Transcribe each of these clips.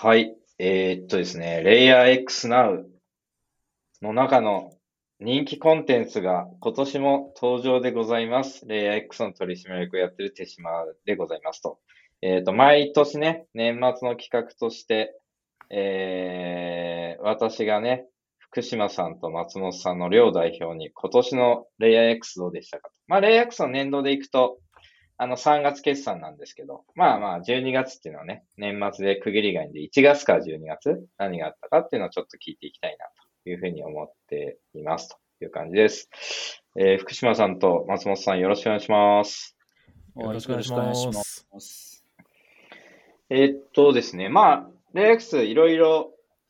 はい。ですね、LayerX Now の中の人気コンテンツが今年も登場でございます。LayerX の取締役をやっている手島でございますと。毎年ね、年末の企画として、私がね、福島さんと松本さんの両代表に今年の LayerX どうでしたかと。LayerX の年度でいくと、3月決算なんですけど、12月っていうのはね、年末で区切りがいで1月から12月、何があったかっていうのをちょっと聞いていきたいなというふうに思っていますという感じです。福島さんと松本さんよろしくお願いします。 よろしくお願いします。 ですね、レイアックスいろいろ、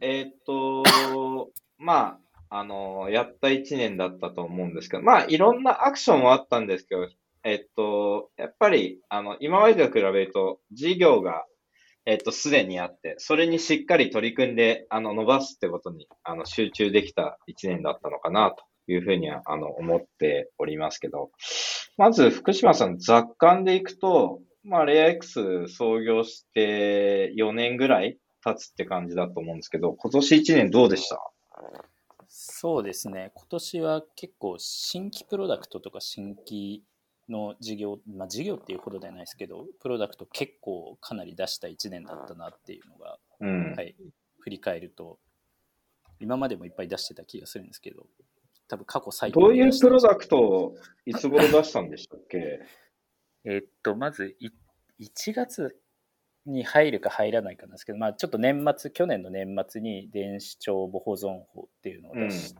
やった1年だったと思うんですけど、いろんなアクションはあったんですけど、やっぱり、今までと比べると、事業が、すでにあって、それにしっかり取り組んで、伸ばすってことに、集中できた1年だったのかな、というふうには、思っておりますけど、まず、福島さん、雑感でいくと、レア X 創業して4年ぐらい経つって感じだと思うんですけど、今年1年どうでした？ そうですね。今年は結構新規プロダクトとか新規の事業、事業っていうほどではないですけど、プロダクト結構かなり出した1年だったなっていうのが、はい、振り返ると、今までもいっぱい出してた気がするんですけど、多分過去最高どういうに出したプロダクトをいつ頃出したんでしたっけ？ まず1月に入るか入らないかなんですけど、ちょっと去年の年末に電子帳簿保存法っていうのを出して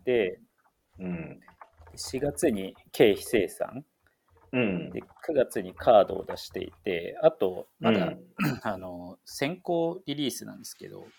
、4月に経費生産、で9月にカードを出していて、あとまだ、先行リリースなんですけど、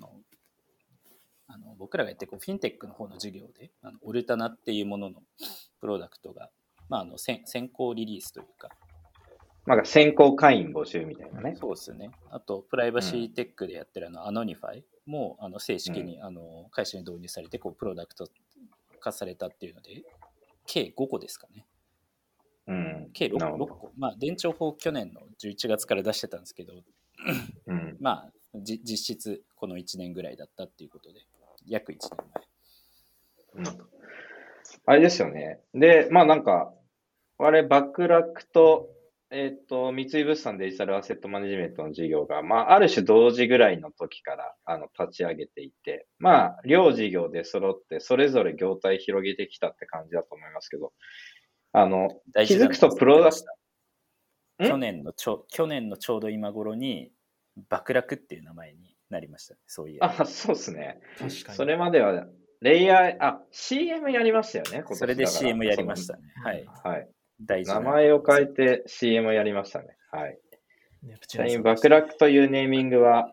僕らがやってフィンテックの方の事業でオルタナっていうもののプロダクトが、先行リリースというか、 先行会員募集みたいなね。 そうですね。あとプライバシーテックでやってるアノニファイも正式に会社に導入されてプロダクト化されたっていうので、計5個ですかね。計 6個。電帳法去年の11月から出してたんですけど、実質この1年ぐらいだったっていうことで、約1年前。 あれですよね。で、あれ、バックラックと、三井物産デジタルアセットマネジメントの事業が、ある種同時ぐらいの時から、立ち上げていて、両事業で揃って、それぞれ業態広げてきたって感じだと思いますけど、気づくとプロダクト、 去年のちょうど今頃に、バクラクっていう名前になりました、ね。そういえば。 そうですね。確かに。それまでは、レイヤー、CM やりましたよね、今年。 それで CM やりましたね。はい。 はい。 大事な。 名前を変えて CM やりましたね。はい。ちなみに、バクラックというネーミングは、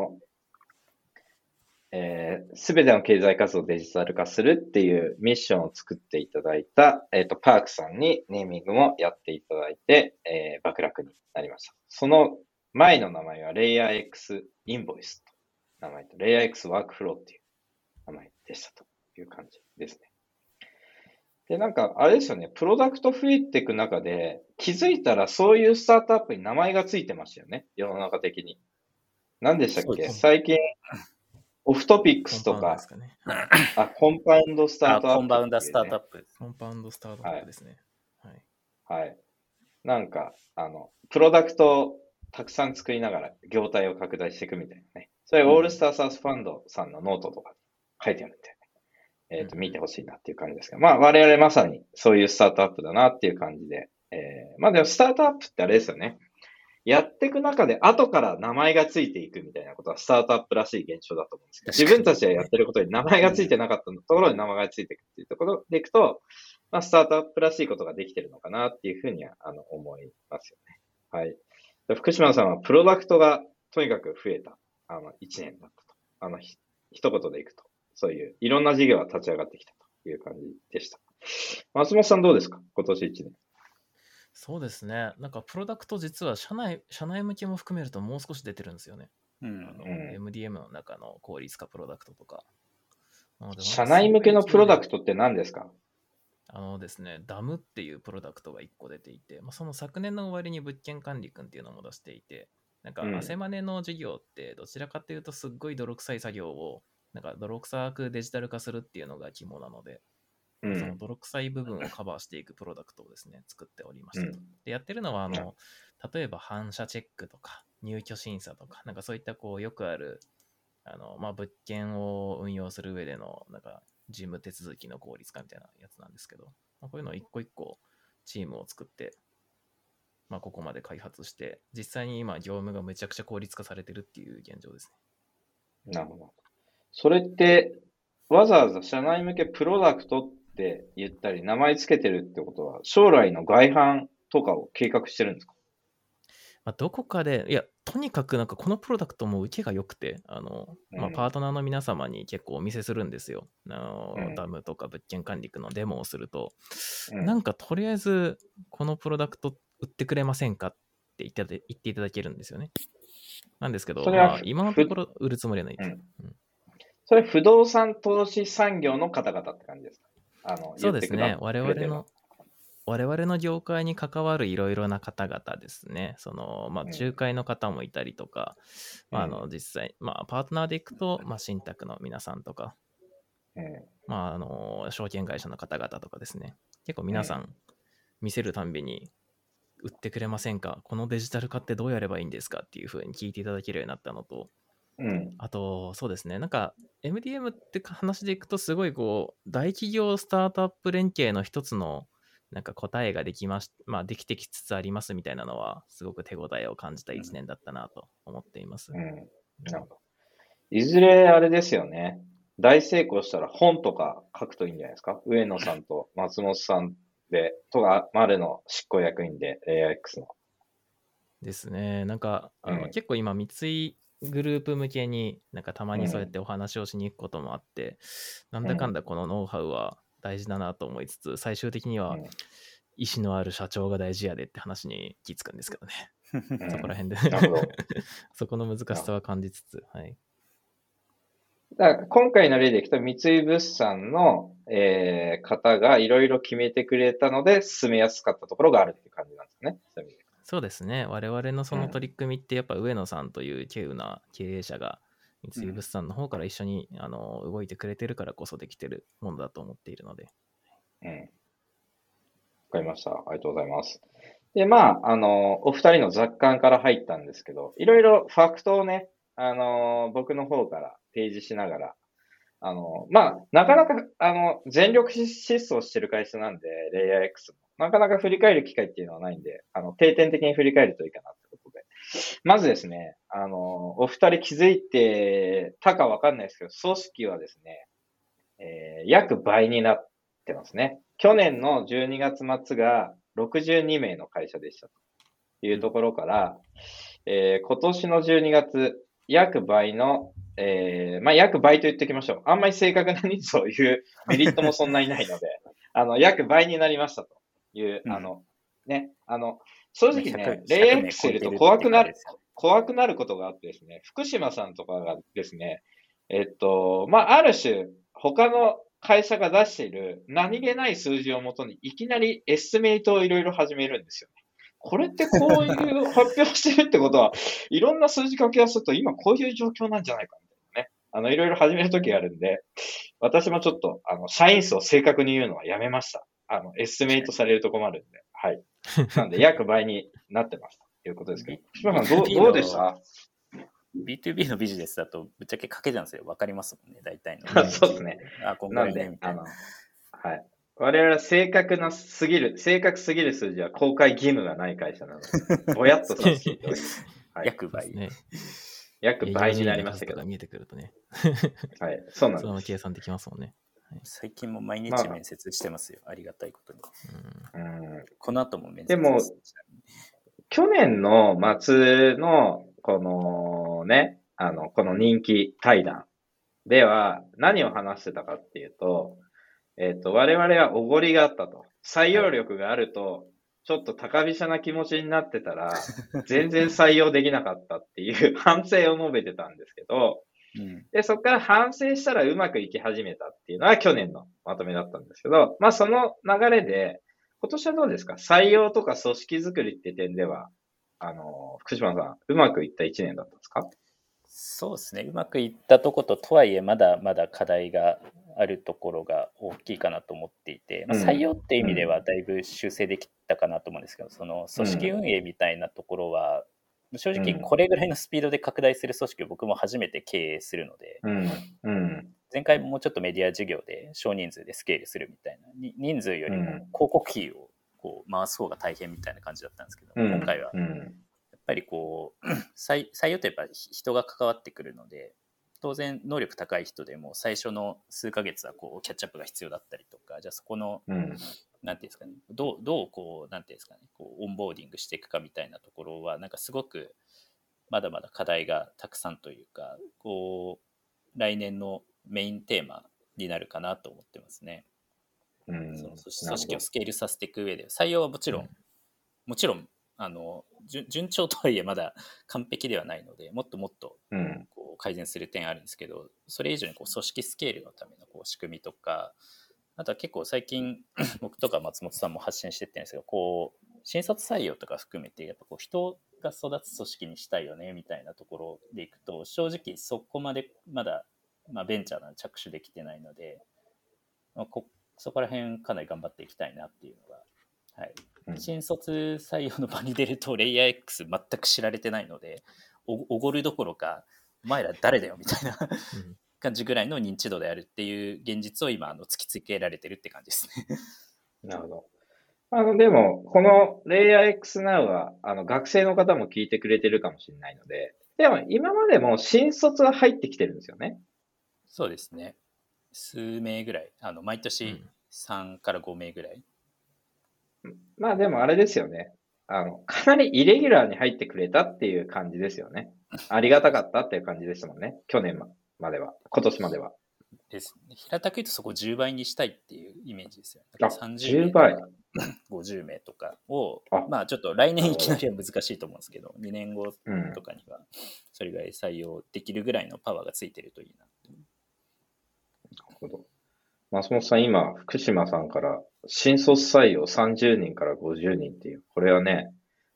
すべての経済活動をデジタル化するっていうミッションを作っていただいた、パークさんにネーミングもやっていただいて、バクラックになりました。その前の名前は LayerX インボイスと名前と LayerX ワークフローっていう名前でしたという感じですね。で、あれですよね、プロダクト増えていく中で、気づいたらそういうスタートアップに名前がついてましたよね、世の中的に。何でしたっけ？最近、オフトピックスとか、コンパウンドスタートアップ、 コンパウンドスタートアップ。 コンパウンドスタートアップですね。 はい。プロダクトをたくさん作りながら業態を拡大していくみたいなね。それオールスターサースファンドさんのノートとか書いてあるんで、見てほしいなっていう感じですが、我々まさにそういうスタートアップだなっていう感じで、でもスタートアップってあれですよね。やっていく中で後から名前がついていくみたいなことはスタートアップらしい現象だと思うんですけど、自分たちがやってることに名前がついてなかったところに名前がついていくっていうところでいくと、スタートアップらしいことができてるのかなっていうふうには思いますよね。はい。福島さんはプロダクトがとにかく増えた1年だったと。一言でいくと、そういういろんな事業が立ち上がってきたという感じでした。松本さんどうですか？今年1年。 そうですね。プロダクト実は社内向けも含めるともう少し出てるんですよね。MDM の中の効率化プロダクトとか。 社内向けのプロダクトって何ですか？ ですね、ダっていうプロダクトが1個出ていて、その昨年の終わりに物件管理くんっていうのも出していて、 なんか汗マネの授業ってどちらかというとすっごい泥臭い作業をなんか泥臭くデジタル化するっていうのが肝なので、その泥臭い部分をカバーしていくプロダクトをですね、作っておりましたと。で、やってるのは例えば反射チェックとか入居審査とか、なんかそういったこうよくある物件を運用する上でのなんか事務手続きの効率化みたいなやつなんですけど、こういうのを一個一個チームを作って、ここまで開発して、実際に今業務がめちゃくちゃ効率化されてるっていう現状ですね。なるほど。それってわざわざ社内向けプロダクトって言ったり名前つけてるってことは将来の外販とかを計画してるんですか？ どこかで、いや、とにかくなんかこのプロダクトも受けが良くて、パートナーの皆様に結構お見せするんですよ。ダムとか物件管理のデモをすると、なんかとりあえずこのプロダクト売ってくれませんかって言っていただけるんですよね。なんですけど、今のところ売るつもりはないです。 それ不動産投資産業の方々って感じですか？ そうですね。我々の業界に関わるいろいろな方々ですね。仲介の方もいたりとか、実際、パートナーでいくと、信託の皆さんとか、証券会社の方々とかですね。結構皆さん見せるたんびに、売ってくれませんか？このデジタル化ってどうやればいいんですかっていうふうに聞いていただけるようになったのと、あと、そうですね。なんか、MDM って話でいくと、すごいこう、大企業スタートアップ連携の一つの、なんか答えができきてきつつありますみたいなのは、すごく手応えを感じた1年だったなと思っています。 なるほど。いずれあれですよね。大成功したら本とか書くといいんじゃないですか？上野さんと松本さんで、とか、丸の執行役員で AIX の。 ですね。なんか、結構今、三井グループ向けになんかたまにそうやってお話をしに行くこともあって、なんだかんだこのノウハウは大事だなと思いつつ、最終的には意思のある社長が大事やでって話に気づくんですけどね。そこら辺でそこの難しさは感じつつ、はい。 だから今回の例でいくと、三井物産の、方がいろいろ決めてくれたので、進めやすかったところがあるっていう感じなんですね。 そうですね。我々のその取り組みって、やっぱ上野さんという稀有な経営者が、三井物産の方から一緒に動いてくれてるからこそできてるものだと思っているので。 わかりました。ありがとうございます。で、お二人の雑感から入ったんですけど、いろいろファクトをね、僕の方から提示しながら、なかなか、全力疾走してる会社なんで、レイヤー X も。なかなか振り返る機会っていうのはないんで、定点的に振り返るといいかなってことで。まずですね、お二人気づいてたかわかんないですけど、組織はですね、約倍になってますね。去年の12月末が62名の会社でしたというところから、今年の12月、約倍の、約倍と言っておきましょう。あんまり正確な人数を言うメリットもそんなにないので、約倍になりましたという、正直ね、レイ X いると怖くなることがあってですね、福島さんとかがですね、ある種、他の会社が出している何気ない数字をもとに、いきなりエスティメイトをいろいろ始めるんですよね。これってこういう発表してるってことは、いろんな数字掛け合わせると、今こういう状況なんじゃないかみたいなね。いろいろ始めるときがあるんで、私もちょっと、社員数を正確に言うのはやめました。エスティメイトされるとこもあるんで、はい。なんで、約倍になってます。ということですけど。島さん、どうでした？ B2B のビジネスだとぶっちゃけ掛け算すれば分かりますもんね、大体の。 そうですね。 こんぐらいね、みたいな。 はい。我々は正確すぎる数字は公開義務がない会社なので、ぼやっとさせていただきます。 はい、約倍。 ね、 約倍になりましたけど。 見えてくるとね。 はい、そうなんです。 その計算できますもんね。はい、 最近も毎日面接してますよ。ありがたいことに。この後も面接でも、去年の末の、このね、この人気対談では何を話してたかっていうと、我々はおごりがあったと。採用力があると、ちょっと高飛車な気持ちになってたら、全然採用できなかったっていう反省を述べてたんですけど、で、そこから反省したらうまくいき始めたっていうのは去年のまとめだったんですけど、その流れで、今年はどうですか？採用とか組織づくりって点では、 福島さん、うまくいった1年だったんですか？ そうですね、うまくいったととはいえ、まだまだ課題があるところが大きいかなと思っていて、採用っていう意味ではだいぶ修正できたかなと思うんですけど、その組織運営みたいなところは、正直これぐらいのスピードで拡大する組織を僕も初めて経営するので、前回もうちょっとメディア事業で少人数でスケールするみたいな、人数よりも広告費をこう回す方が大変みたいな感じだったんですけど、今回はやっぱりこう採用ってやっぱ人が関わってくるので、当然能力高い人でも最初の数ヶ月はこうキャッチアップが必要だったりとか、じゃあそこの、なんていうんですかね、どうこうなんていうんですかね、こうオンボーディングしていくかみたいなところはなんかすごくまだまだ課題がたくさんというか、こう来年のメインテーマになるかなと思ってますね。その組織をスケールさせていく上で、採用はもちろん順調とはいえまだ完璧ではないので、もっともっとこう改善する点あるんですけど、それ以上にこう組織スケールのためのこう仕組みとか、あとは結構最近僕とか松本さんも発信してってるんですけど、こう新卒採用とか含めてやっぱこう人が育つ組織にしたいよねみたいなところでいくと、正直そこまでまだ、ベンチャーな着手できてないので、そこら辺かなり頑張っていきたいなっていうのが、はい、新卒採用の場に出るとレイヤー X 全く知られてないので、おごるどころかお前ら誰だよみたいな感じぐらいの認知度であるっていう現実を今突きつけられてるって感じですね。 なるほど。でもこのレイヤー X Now は学生の方も聞いてくれてるかもしれないので、でも今までも新卒は入ってきてるんですよね。 そうですね、数名ぐらい毎年3から5名ぐらい、 まあでもあれですよね。かなりイレギュラーに入ってくれたっていう感じですよね。ありがたかったっていう感じですもんね。去年までは。今年までは。 ですね。平たく言うとそこを10倍にしたいっていうイメージですよね。 あ、 30名 10倍。 50名とかを、ちょっと来年いきなりは難しいと思うんですけど、2年後とかにはそれぐらい採用できるぐらいのパワーがついてるといいな。 なるほど。松本さん、今、福島さんから新卒採用30人から50人っていう、これはね、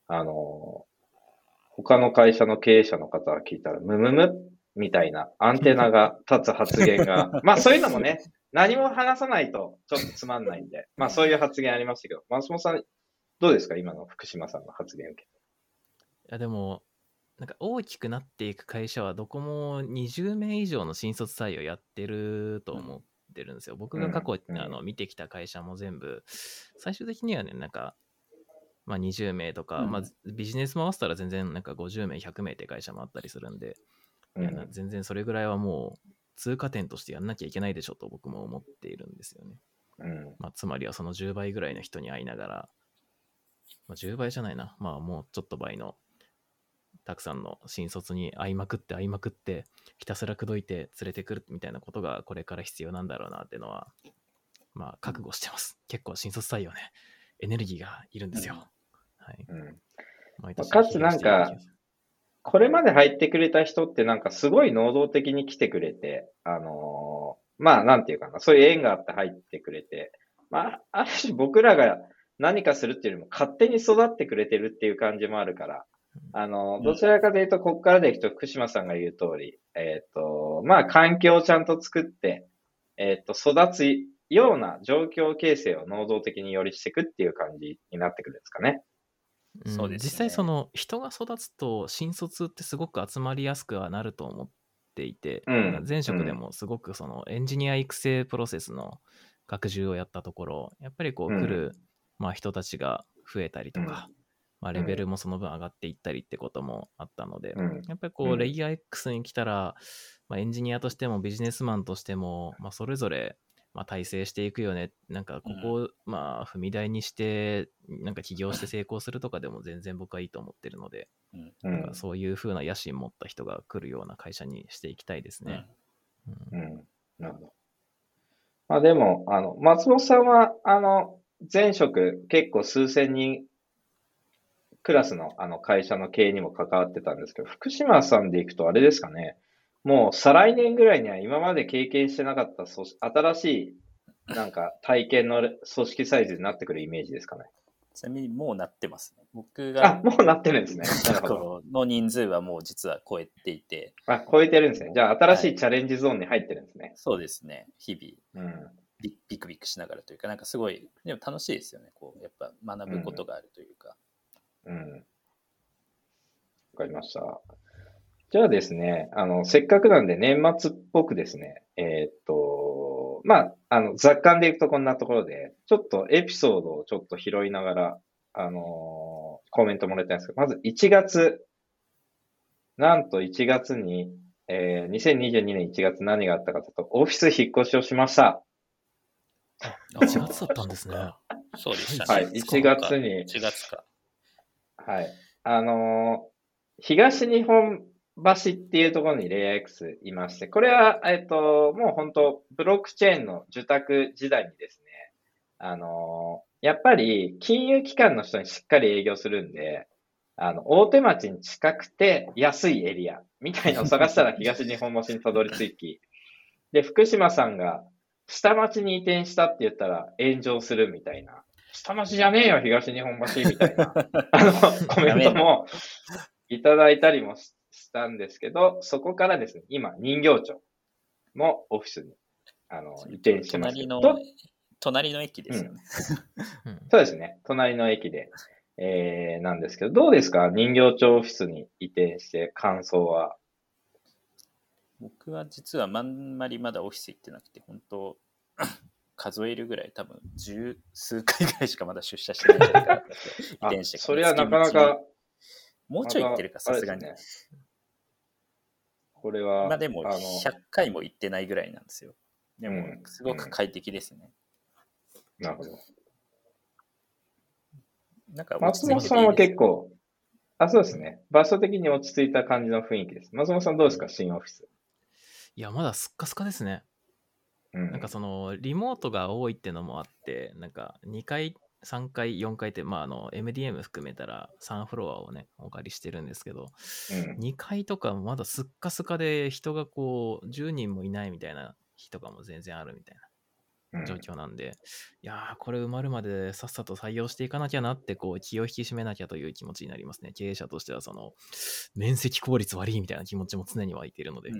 他の会社の経営者の方が聞いたら、ムムムみたいなアンテナが立つ発言が、そういうのもね、何も話さないとちょっとつまんないんで、そういう発言ありましたけど、松本さん、どうですか今の福島さんの発言を受けて。 いやでも、なんか大きくなっていく会社はどこも20名以上の新卒採用やってると思ってるんですよ。僕が過去、見てきた会社も全部、最終的にはね、なんか、20名とか、ビジネス回したら全然なんか50名、100名って会社もあったりするんで、いや全然それぐらいはもう通過点としてやんなきゃいけないでしょと僕も思っているんですよね。つまりはその10倍ぐらいの人に会いながら、10倍じゃないな、もうちょっと倍のたくさんの新卒に会いまくってひたすら口説いて連れてくるみたいなことがこれから必要なんだろうなっていうのは覚悟してます。結構新卒採用ね、エネルギーがいるんですよ。 かつなんかこれまで入ってくれた人ってなんかすごい能動的に来てくれて、なんていうかな、そういう縁があって入ってくれて、ある種僕らが何かするっていうよりも勝手に育ってくれてるっていう感じもあるから、どちらかというと、ここからでいくと、福島さんが言う通り、環境をちゃんと作って、育つような状況形成を能動的によりしていくっていう感じになってくるんですかね。 そうですね。実際その人が育つと新卒ってすごく集まりやすくはなると思っていて、前職でもすごくそのエンジニア育成プロセスの拡充をやったところ、やっぱりこう来る、人たちが増えたりとか、レベルもその分上がっていったりってこともあったので、やっぱりこうレイヤー X に来たら、エンジニアとしてもビジネスマンとしても、それぞれ体制していくよね。なんかここを踏み台にしてなんか起業して成功するとかでも全然僕はいいと思ってるので、なんかそういう風な野心持った人が来るような会社にしていきたいですね。 なるほど。でも松本さんは前職結構数千人クラスの会社の経営にも関わってたんですけど、福島さんでいくとあれですかね。もう再来年ぐらいには今まで経験してなかった新しいなんか体験の組織サイズになってくるイメージですかね。 ちなみにもうなってますね。僕あ、 がもうなってるんですね。なるほど。 頃の人数はもう実は超えていて、 あ、超えてるんですね。じゃあ、新しはいチャレンジゾーンに入ってるんですね。 そうですね。日々 うん。 ビクビクしながらというか、なんかすごい、でも楽しいですよね。こう、やっぱ学ぶことがあるというか。 うん。わかりました。じゃあですね、せっかくなんで年末っぽくですね、まあ、雑感でいくとこんなところで、ちょっとエピソードをちょっと拾いながら、コメントもらいたいんですけど、まず1月、なんと1月に、2022年1月何があったかというと、オフィス引っ越しをしました。 あ、1月だったんですね。 そうでしたはい、 ね。 1月に、 1月か。 はい。東日本橋っていうところにレイヤー X いまして、これは、もう本当、ブロックチェーンの受託時代にですね、やっぱり金融機関の人にしっかり営業するんで、大手町に近くて安いエリアみたいなのを探したら東日本橋にたどり着き、で、福島さんが下町に移転したって言ったら炎上するみたいな。下町じゃねえよ、東日本橋みたいな、コメントもいただいたりもしたんですけど、そこからですね、今、人形町のオフィスに、移転してますけど。 隣の駅ですよね。 そうですね。隣の駅で、なんですけど、どうですか？人形町オフィスに移転して感想は。 僕は実はあんまりまだオフィス行ってなくて、本当数えるぐらい、多分十数回ぐらいしかまだ出社してないんじゃないかなって移転してから。 それはなかなか、 もうちょい行ってるか、さすがに。 これは、 まあでも100回も行ってないぐらいなんですよ。でも、すごく快適ですね。 なるほど。 なんか松本さんは結構、そうですね。場所的に落ち着いた感じの雰囲気です。松本さんどうですか、新オフィス。 いや、まだすっかすかですね。なんかその、リモートが多いってのもあって、なんか2階、3階、4階って、MDM 含めたら3フロアをね、お借りしてるんですけど、2階とかまだすっかすかで人がこう、10人もいないみたいな日とかも全然あるみたいな。状況なんで、いやー、これ埋まるまでさっさと採用していかなきゃなって、こう、気を引き締めなきゃという気持ちになりますね。経営者としては、その、面積効率悪いみたいな気持ちも常に湧いているので。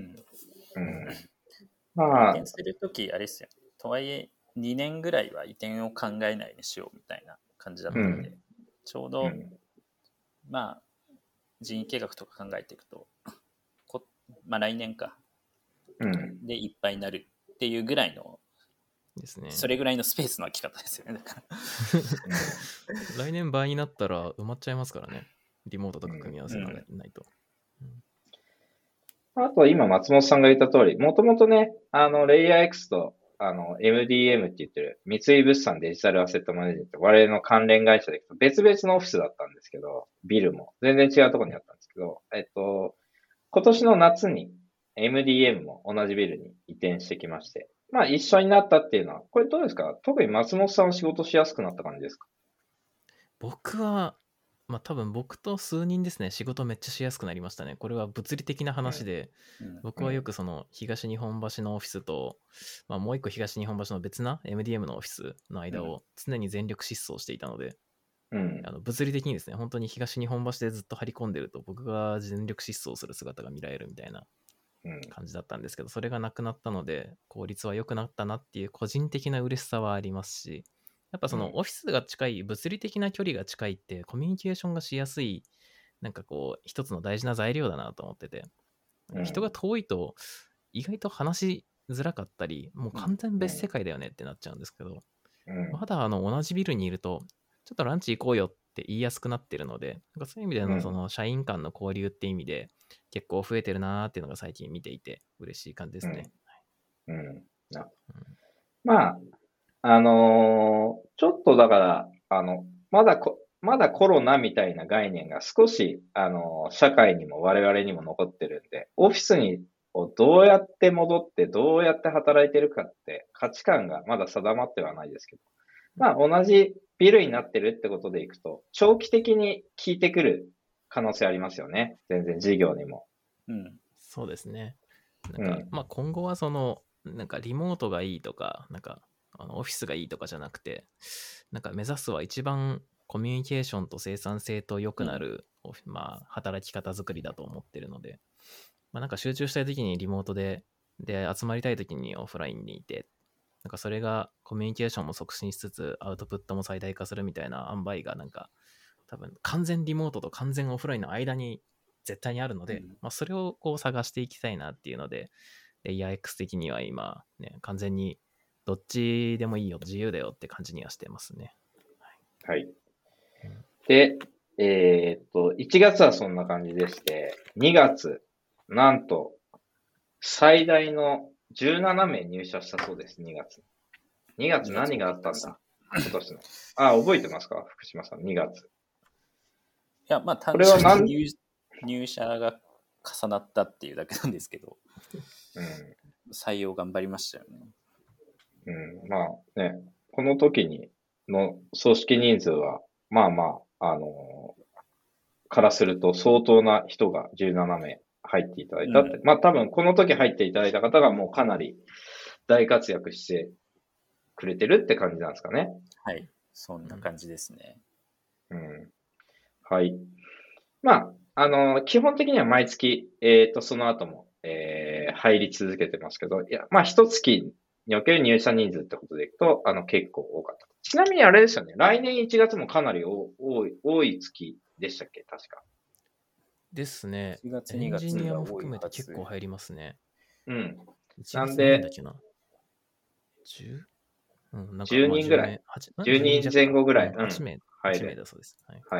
まあ、移転するとき、あれですよ。とはいえ、2年ぐらいは移転を考えないにしようみたいな感じだったので、ちょうど、まあ、人員計画とか考えていくと、来年か、でいっぱいになるっていうぐらいの、 ですね。 それぐらいのスペースの空き方ですよね。だから来年倍になったら埋まっちゃいますからね。リモートとか組み合わせないと。 あとは今松本さんが言った通り、もともとね、レイヤー X とMDM って言ってる三井物産デジタルアセットマネジメント、我々の関連会社で別々のオフィスだったんですけど、ビルも全然違うところにあったんですけど、今年の夏に MDM も同じビルに移転してきまして、まあ一緒になったっていうのは、これどうですか？特に松本さんは仕事しやすくなった感じですか？ 僕は、多分僕と数人ですね、仕事めっちゃしやすくなりましたね。これは物理的な話で、僕はよくその東日本橋のオフィスと、もう一個東日本橋の別な MDM のオフィスの間を常に全力疾走していたので、物理的にですね、本当に東日本橋でずっと張り込んでると僕が全力疾走する姿が見られるみたいな感じだったんですけど、それがなくなったので効率は良くなったなっていう個人的な嬉しさはありますし、やっぱそのオフィスが近い、物理的な距離が近いってコミュニケーションがしやすい、なんかこう一つの大事な材料だなと思ってて、人が遠いと意外と話しづらかったり、もう完全別世界だよねってなっちゃうんですけど、まだ同じビルにいるとちょっとランチ行こうよって言いやすくなってるので、なんかそういう意味でのその社員間の交流って意味で結構増えてるなーっていうのが最近見ていて嬉しい感じですね。 まあ、ちょっとだから、まだコロナみたいな概念が少し、社会にも我々にも残ってるんで、オフィスにどうやって戻って、どうやって働いてるかって価値観がまだ定まってはないですけど、同じビルになってるってことでいくと、長期的に効いてくる可能性ありますよね。全然事業にも。 そうですね。なんか、今後はその、なんかリモートがいいとか、なんかオフィスがいいとかじゃなくて、なんか目指すは一番コミュニケーションと生産性と良くなる、まあ、働き方作りだと思ってるので、まあ、なんか集中したい時にリモートで集まりたい時にオフラインにいて、なんかそれがコミュニケーションも促進しつつアウトプットも最大化するみたいな塩梅がなんか多分完全リモートと完全オフラインの間に絶対にあるので、まあ、それをこう探していきたいなっていうので、レイヤー X 的には今ね、完全にどっちでもいいよ、自由だよって感じにはしてますね。 はい。で、1月はそんな感じでして、2月、なんと、最大の17名入社したそうです、2月。2月何があったんだ今年の。覚えてますか福島さん、2月。 いや、まあ、単これは純に入社が重なったっていうだけなんですけど、採用頑張りましたよね。 まあね、この時にの組織人数は、まあまあ、からすると相当な人が17名入っていただいたって。まあ多分この時入っていただいた方がもうかなり大活躍してくれてるって感じなんですかね。 はい、そんな感じですね。 はい。まあ、基本的には毎月、その後も、入り続けてますけど、いや、まあ一月における入社人数ってことでいくと、結構多かった。ちなみにあれですよね、来年1月もかなり多い月でしたっけ、確か。 ですね。 1月、 エ 2月ンジニアも含めて結構入りますね。 1 月何だっけな。なんか 10人ぐらい。10人前後ぐらい。 8名だそうです。 はい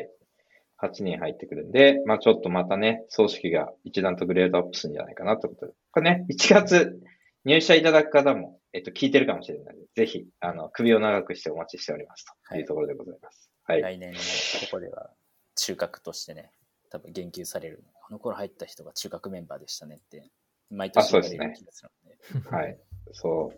。8人入ってくるんで、まあちょっとまたね、組織が一段とグレードアップするんじゃないかなってことで。これね、1月入社いただく方も、聞いてるかもしれないので、ぜひ、首を長くしてお待ちしておりますというところでございます。はい。 来年のここでは中核としてね、多分言及される。あの頃入った人が中核メンバーでしたねって、毎年言われる気がするので。 はい。そう、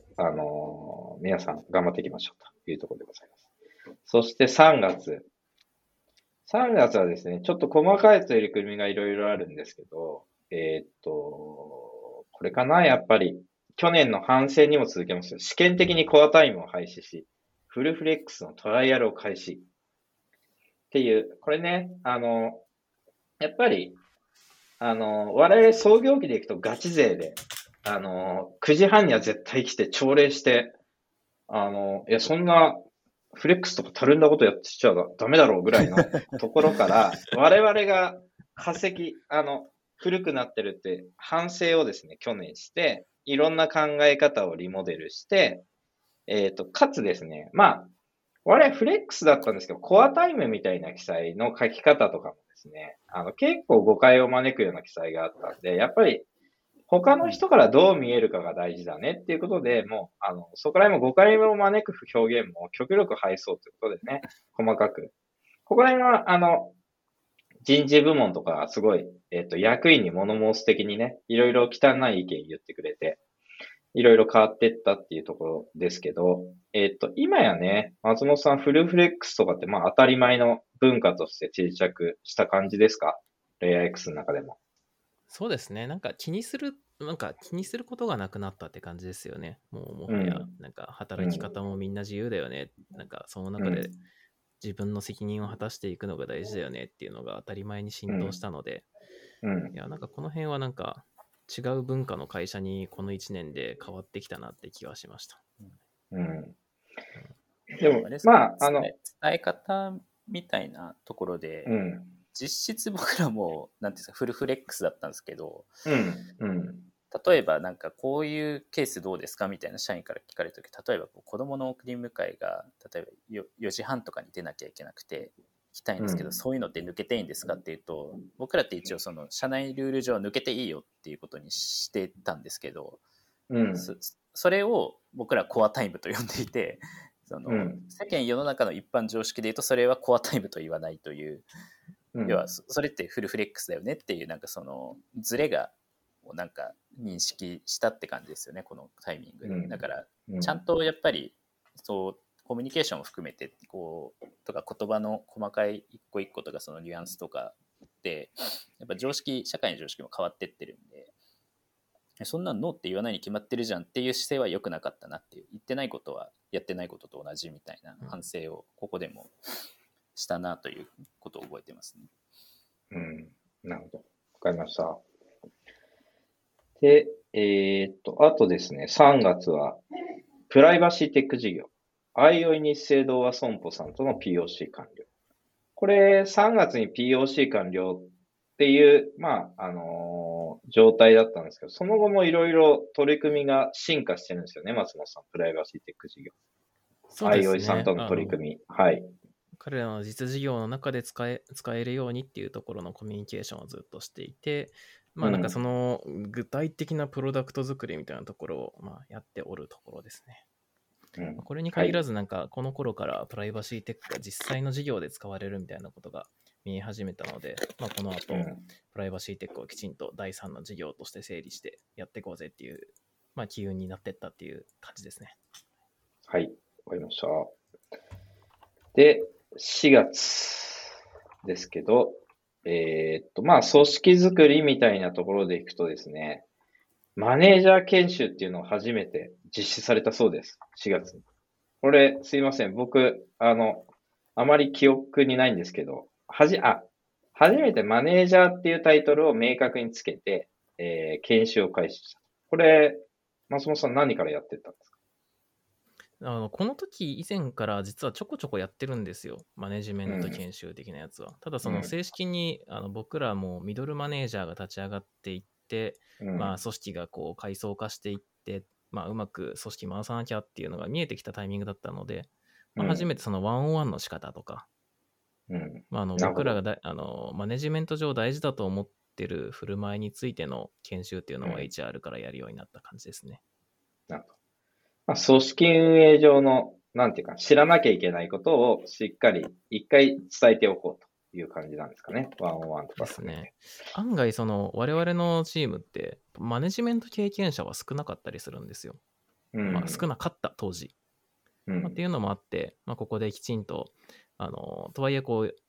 皆さん頑張っていきましょうというところでございます。そして3月。3月はですね、ちょっと細かい取り組みがいろいろあるんですけど、これかな、やっぱり。去年の反省にも続けますよ。試験的にコアタイムを廃止し、フルフレックスのトライアルを開始。っていう、これね、やっぱり、我々創業期でいくとガチ勢で、9時半には絶対来て朝礼して、いや、そんな、フレックスとかたるんだことやってちゃダメだろうぐらいのところから、我々が化石、古くなってるって反省をですね、去年して、いろんな考え方をリモデルして、かつですね、まあ、我々フレックスだったんですけど、コアタイムみたいな記載の書き方とかもですね、結構誤解を招くような記載があったんで、やっぱり他の人からどう見えるかが大事だねっていうことで、もう、そこら辺も誤解を招く表現も極力排そうということでね、細かく。ここら辺は、人事部門とかすごい、役員に物申す的にね、いろいろ汚い意見言ってくれて、いろいろ変わっていったっていうところですけど、今やね、松本さんフルフレックスとかってまあ当たり前の文化として定着した感じですか？レイヤー X の中でも。 そうですね。なんか気にすることがなくなったって感じですよね。もはや、なんか働き方もみんな自由だよね。なんかその中で自分の責任を果たしていくのが大事だよねっていうのが当たり前に浸透したので、いや、なんかこの辺はなんか違う文化の会社にこの1年で変わってきたなって気はしました。 でも、まあ、 伝え方みたいなところで、実質僕らも、なんていうんですか、フルフレックスだったんですけど、例えばなんかこういうケースどうですかみたいな社員から聞かれるとき、例えば子供の送り迎えが、例えば4時半とかに出なきゃいけなくて、行きたいんですけど、そういうのって抜けていいんですかっていうと、僕らって一応その社内ルール上抜けていいよっていうことにしてたんですけど、それを僕らコアタイムと呼んでいて、その世間世の中の一般常識で言うとそれはコアタイムと言わないという、要はそれってフルフレックスだよねっていう、なんかそのズレがなんか認識したって感じですよね、このタイミングで。だからちゃんとやっぱりそうコミュニケーションを含めてこうとか言葉の細かい一個一個とかそのニュアンスとかってやっぱ社会の常識も変わってってるんで、そんなのノーって言わないに決まってるじゃんっていう姿勢は良くなかったなっていう、言ってないことはやってないことと同じみたいな反省をここでもしたなということを覚えてますね。 うん。なるほど。わかりました。で、あとですね、3月は、プライバシーテック事業。あいおい日清同和損保さんとの POC 完了。これ、3月に POC 完了っていう、状態だったんですけど、その後もいろいろ取り組みが進化してるんですよね、松本さん。プライバシーテック事業。 そうですあいおいさんね。 との取り組み。はい。 彼らの実事業の中で使えるようにっていうところのコミュニケーションをずっとしていて、なんかその具体的なプロダクト作りみたいなところをやっておるところですね。これに限らずなんかこの頃からプライバシーテックが実際の事業で使われるみたいなことが見え始めたので、この後、プライバシーテックをきちんと第3の事業として整理してやっていこうぜっていう、機運になっていったっていう感じですね。 はい、わかりました。で、4月ですけど、組織づくりみたいなところでいくとですね、マネージャー研修っていうのを初めて実施されたそうです。4月に。これ、すいません。僕、あまり記憶にないんですけど、初めてマネージャーっていうタイトルを明確につけて、研修を開始した。これ、松本さん何からやってたんですか？ この時以前から実はちょこちょこやってるんですよ。マネジメント研修的なやつは。ただその正式に僕らもミドルマネージャーが立ち上がっていって、組織がこう階層化していって、うまく組織回さなきゃっていうのが見えてきたタイミングだったので、初めてそのワンオンワンの仕方とか、僕らがマネジメント上大事だと思ってる振る舞いについての研修っていうのは HR からやるようになった感じですね。 なるほど。組織運営上の、なんていうか、知らなきゃいけないことをしっかり一回伝えておこうという感じなんですかね。ワンオンワンとかですね。案外、我々のチームって、マネジメント経験者は少なかったりするんですよ。少なかった、当時。っていうのもあって、ここできちんと、とはいえ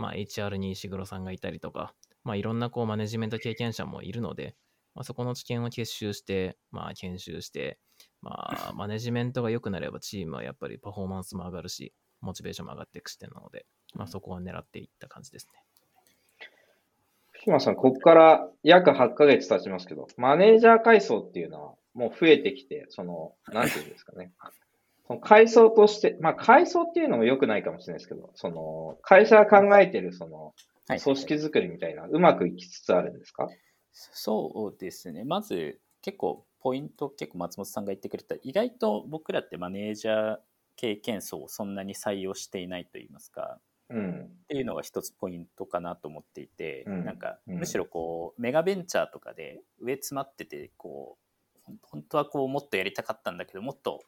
HR に石黒さんがいたりとか、いろんなマネジメント経験者もいるので、そこの知見を結集して、研修して、マネジメントが良くなればチームはやっぱりパフォーマンスも上がるし、モチベーションも上がっていく視点なので、そこを狙っていった感じですね。 福島さん、ここから約8ヶ月経ちますけど、マネージャー階層っていうのはもう増えてきて、なんていうんですかね。その階層として、階層っていうのも良くないかもしれないですけど、会社が考えてる組織づくりみたいな、うまくいきつつあるんですか？ そうですね。まず結構松本さんが言ってくれた、意外と僕らってマネージャー経験層をそんなに採用していないといいますか、っていうのが一つポイントかなと思っていて、なんかむしろメガベンチャーとかで上詰まってて本当はもっとやりたかったんだけど、もっと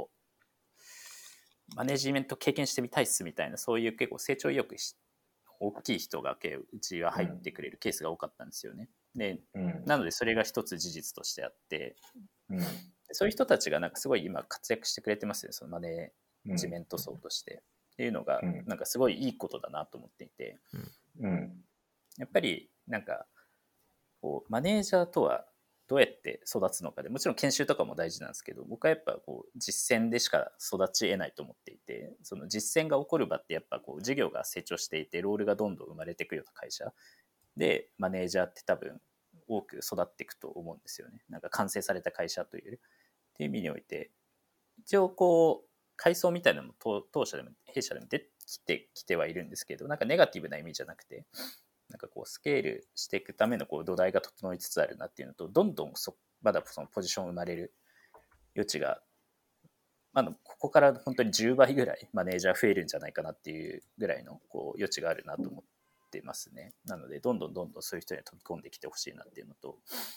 マネジメント経験してみたいっすみたいな、そういう結構成長意欲大きい人がうちは入ってくれるケースが多かったんですよね。で、なのでそれが一つ事実としてあって、そういう人たちがなんかすごい今活躍してくれてますよ、そのマネジメント層として、っていうのがなんかすごいいいことだなと思っていて、やっぱりなんかマネージャーとはどうやって育つのかで、もちろん研修とかも大事なんですけど、僕はやっぱ実践でしか育ち得ないと思っていて、その実践が起こる場ってやっぱ事業が成長していてロールがどんどん生まれていくような会社で、マネージャーって多分多く育っていくと思うんですよね。なんか完成された会社というっていう意味において、一応階層みたいなのも当社でも弊社でも出てきてはいるんですけど、なんかネガティブな意味じゃなくて、なんかスケールしていくための土台が整いつつあるなっていうのと、どんどんまだそのポジション生まれる余地が、ここから本当に10倍ぐらいマネージャー増えるんじゃないかなっていうぐらいの余地があるなと思ってますね。なのでどんどんそういう人に飛び込んできてほしいなっていうのと、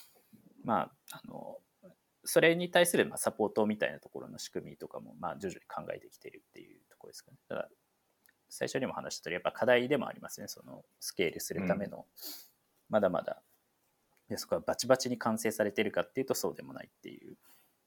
それに対するサポートみたいなところの仕組みとかも徐々に考えてきているっていうところですかね。ただ最初にも話した通り、やっぱ課題でもありますね。そのスケールするための、まだまだでそこはバチバチに完成されているかっていうとそうでもないっていう。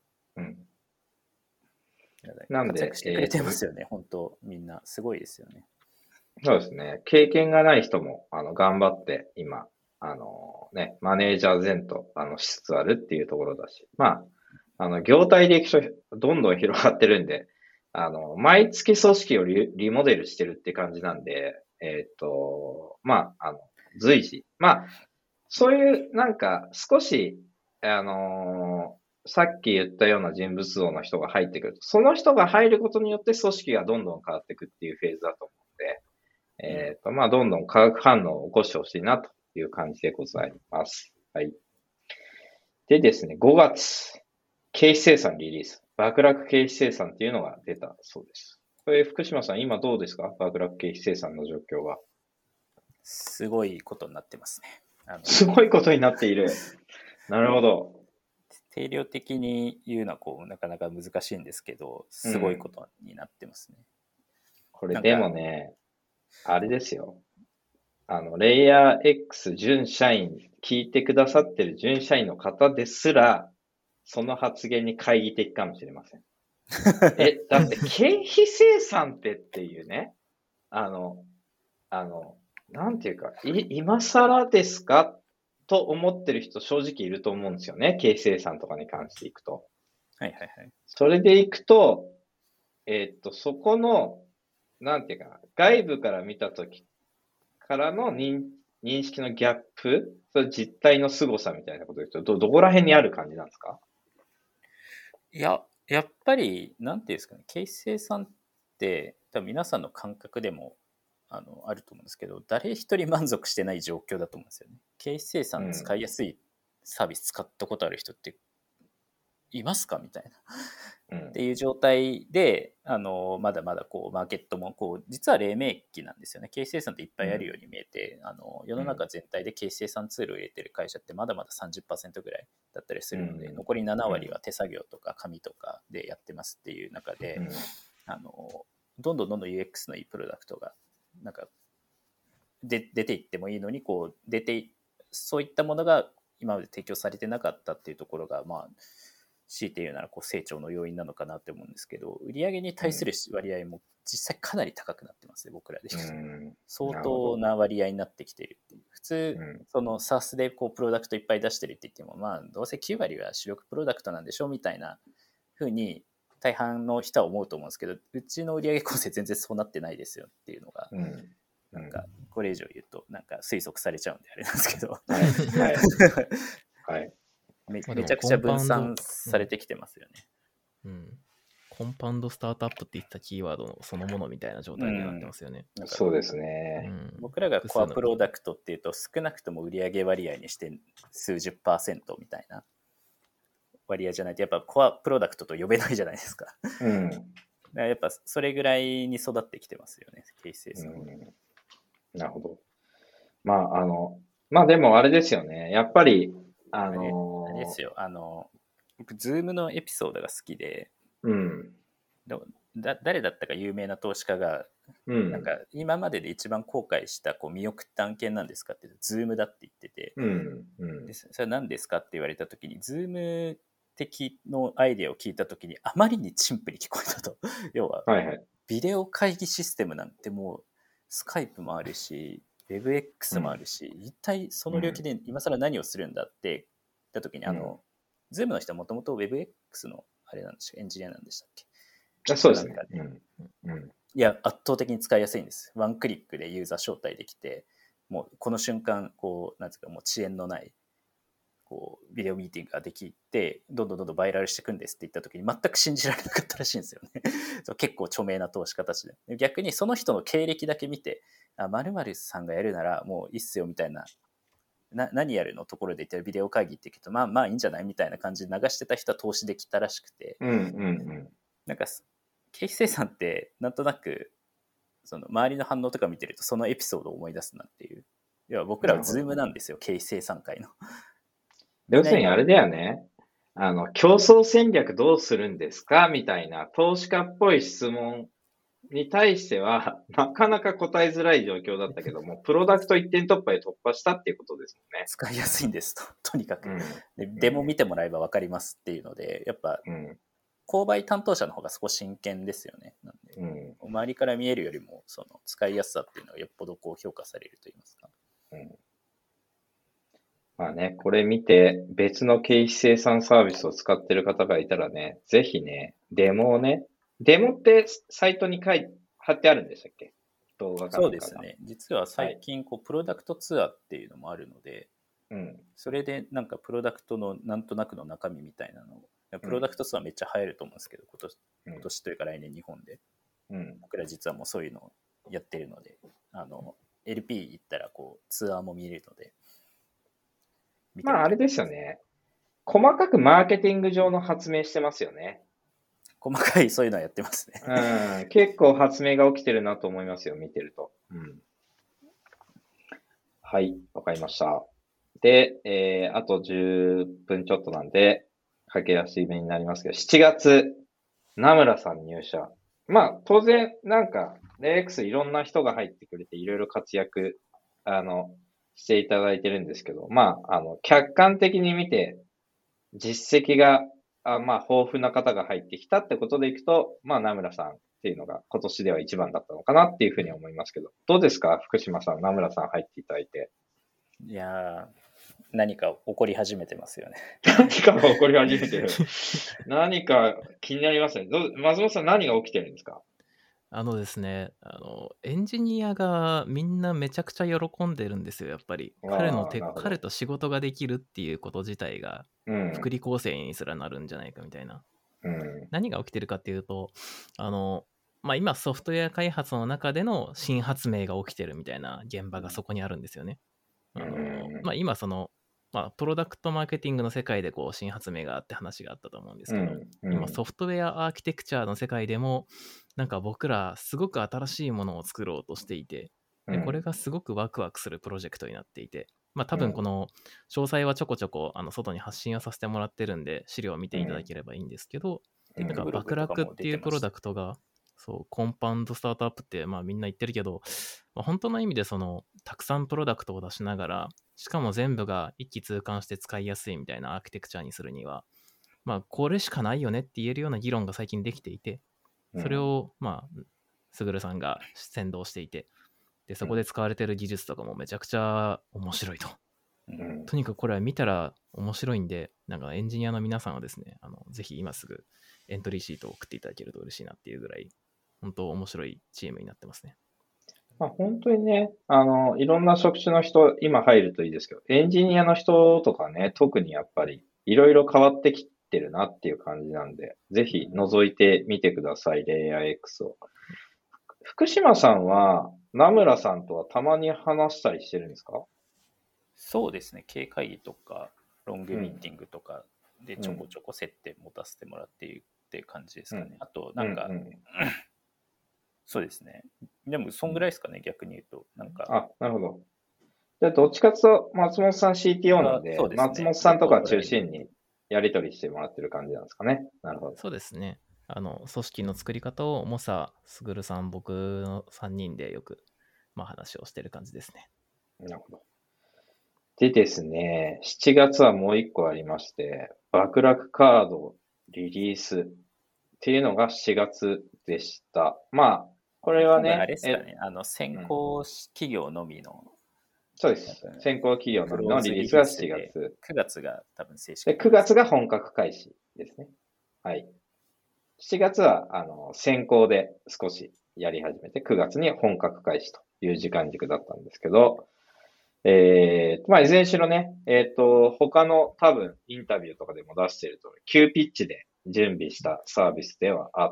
なんで活躍してくれてますよね。本当みんなすごいですよね。 そうですね。経験がない人も頑張って今マネージャー前としつつあるっていうところだし、業態でいくとどんどん広がってるんで、毎月組織をリモデルしてるって感じなんで、 随時。そういう、少し、さっき言ったような人物像の人が入ってくると、その人が入ることによって組織がどんどん変わっていくっていうフェーズだと思うので、どんどん化学反応を起こしてほしいなという感じでございます。はい。でですね、5月、経費生産リリース。爆落経費生産っていうのが出たそうです。これ、福島さん、今どうですか？爆落経費生産の状況は。 すごいことになってますね。 すごいことになっている。なるほど。 定量的に言うのはなかなか難しいんですけど、すごいことになってますね。 これでもね、あれですよ。レイヤー X 準社員、聞いてくださってる準社員の方ですら、その発言に懐疑的かもしれません。だって経費生産っていうね、なんていうか、今更ですかと思ってる人正直いると思うんですよね。経費生産とかに関していくと。 はいはいはい。 それでいくと、そこの、なんていうかな、外部から見たときからの認識のギャップ、それ実態の凄さみたいなこと言うと、どこら辺にある感じなんですか？ いや、やっぱり、なんていうんですかね、経費生産って、多分皆さんの感覚でもあると思うんですけど、誰一人満足してない状況だと思うんですよね。経費生産使いやすいサービス使ったことある人っていますかみたいな、っていう状態でまだまだマーケットも実は黎明期なんですよね。経費生産っていっぱいあるように見えて、世の中全体で経費生産ツールを入れてる会社ってまだまだ 30% ぐらいだったりするので、残り7割は手作業とか紙とかでやってますっていう中で、どんどん UX のいいプロダクトが出ていってもいいのにそういったものが今まで提供されてなかったっていうところが、強いて言うなら成長の要因なのかなって思うんですけど、売上に対する割合も実際かなり高くなってますね、僕らで。相当な割合になってきているっていう。普通、その SaaS でプロダクトいっぱい出してるって言っても、どうせ9割は主力プロダクトなんでしょみたいな風に大半の人は思うと思うんですけど、うちの売上構成全然そうなってないですよっていうのが、これ以上言うと推測されちゃうんであれなんですけど、めちゃくちゃ分散されてきてますよね。 コンパウンドスタートアップって言ったキーワードのそのものみたいな状態になってますよね。 そうですね。 僕らがコアプロダクトっていうと、少なくとも売上割合にして数十%みたいな割合じゃないと、やっぱコアプロダクトと呼べないじゃないですか。やっぱそれぐらいに育ってきてますよね、経費生産。 なるほど。でもあれですよね。やっぱり、 あれですよ。僕、ズームのエピソードが好きで、誰だったか有名な投資家が、今までで一番後悔した見送った案件なんですかって、ズームだって言ってて、でそれは何ですかって言われたときに、ズーム的のアイデアを聞いたときに、あまりに陳腐に聞こえたと。要は、ビデオ会議システムなんてもう、スカイプもあるし、WebX もあるし、一体その領域で今更何をするんだって言ったときに、ズームの人はもともと WebX のあれなんでしょう、エンジニアなんでしたっけ？ そうですね。 いや、圧倒的に使いやすいんです。ワンクリックでユーザー招待できて、もうこの瞬間、なんですか、もう遅延のない、ビデオミーティングができて、どんどんバイラルしていくんですって言った時に全く信じられなかったらしいんですよね。結構著名な投資家たちで。逆にその人の経歴だけ見て、〇〇さんがやるならもういいっすよみたいな、何やるのところで言ったらビデオ会議って言うと、まあいいんじゃないみたいな感じで流してた人は投資できたらしくて、経費生産ってなんとなくその周りの反応とか見てるとそのエピソードを思い出すなっていう。要は僕らはズームなんですよ、経費生産会の。 要するにあれだよね。競争戦略どうするんですかみたいな投資家っぽい質問に対しては、なかなか答えづらい状況だったけども、プロダクト一点突破で突破したっていうことですもんね。 使いやすいんですとにかく。デモ見てもらえば分かりますっていうので、やっぱ、購買担当者の方が少し真剣ですよね。なんで周りから見えるよりも、その使いやすさっていうのがよっぽど評価されると言いますか。 これ見て別の経費生産サービスを使ってる方がいたらね、ぜひね、デモってサイトに貼ってあるんでしたっけ？ 動画かそなんかが。 うですね。実は最近こう、プロダクトツアーっていうのもあるので、それでなんかプロダクトのなんとなくの中身みたいなのを、プロダクトツアーめっちゃ流行ると思うんですけど、今年というか来年日本で、僕ら実はもうそういうのをやってるので、LP 行ったらこうツアーも見れるので。 まああれですよね。細かくマーケティング上の発明してますよね。 細かいそういうのはやってますね。 結構発明が起きてるなと思いますよ、見てると。はい、わかりました。で、あと10分ちょっとなんで、駆け足目になりますけど、7月、名村さん入社。まあ、当然、なんか、LX いろんな人が入ってくれて、いろいろ活躍、していただいてるんですけど、まあ、客観的に見て、実績が、まあ、豊富な方が入ってきたってことでいくと、まあ、名村さんっていうのが今年では一番だったのかなっていうふうに思いますけど、どうですか、福島さん、名村さん入っていただいて。 いやー、何か起こり始めてますよね。 何かが起こり始めてる。何か気になりますね。松本さん、何が起きてるんですか？ ですね、エンジニアがみんなめちゃくちゃ喜んでるんですよ、やっぱり。彼と仕事ができるっていうこと自体が、福利厚生にすらなるんじゃないかみたいな。何が起きてるかっていうと、まあ、今ソフトウェア開発の中での新発明が起きてるみたいな現場がそこにあるんですよね。まあ、今まあ、プロダクトマーケティングの世界でこう新発明があって話があったと思うんですけど、今ソフトウェアアーキテクチャの世界でもなんか僕らすごく新しいものを作ろうとしていて、でこれがすごくワクワクするプロジェクトになっていて、まあ多分この詳細はちょこちょこ外に発信はさせてもらってるんで資料を見ていただければいいんですけど、なんか爆落っていうプロダクトがそうコンパウンドスタートアップってまあみんな言ってるけど、まあ、本当の意味でたくさんプロダクトを出しながら、しかも全部が一気通貫して使いやすいみたいなアーキテクチャにするには、まあこれしかないよねって言えるような議論が最近できていて、それをまあすぐるさんが先導していて、でそこで使われてる技術とかもめちゃくちゃ面白いと。とにかくこれは見たら面白いんで、なんかエンジニアの皆さんはですね、ぜひ今すぐエントリーシートを送っていただけると嬉しいなっていうぐらい、本当面白いチームになってますね。 まあ、本当にね、いろんな職種の人、今入るといいですけど、エンジニアの人とかね、特にやっぱり、いろいろ変わってきてるなっていう感じなんで、ぜひ覗いてみてください、レイヤー X を。福島さんは、名村さんとはたまに話したりしてるんですか？ そうですね、経営会議とか、ロングミーティングとかでちょこちょこ接点持たせてもらっているっていう感じですかね。あと、なんか、そうですね。でも、そんぐらいですかね、逆に言うと。なんか。 なるほど。じゃあ、どっちかというと、松本さん CTO なんで、 そうですね、 松本さんとか中心にやり取りしてもらってる感じなんですかね。なるほど。 そうですね。組織の作り方を、モサ、スグルさん、僕の3人でよく、まあ、話をしてる感じですね。 なるほど。でですね、7月はもう一個ありまして、爆落カードリリースっていうのが7月でした。まあ、これはね、 あれですかね、先行企業のみの、 そうです。先行企業のみのリリースが7月。 9月が多分正式で、9月が本格開始ですね。はい。7月は、先行で少しやり始めて、9月に本格開始という時間軸だったんですけど、まあ、いずれにしろね、他の多分インタビューとかでも出していると、急ピッチで準備したサービスではあって、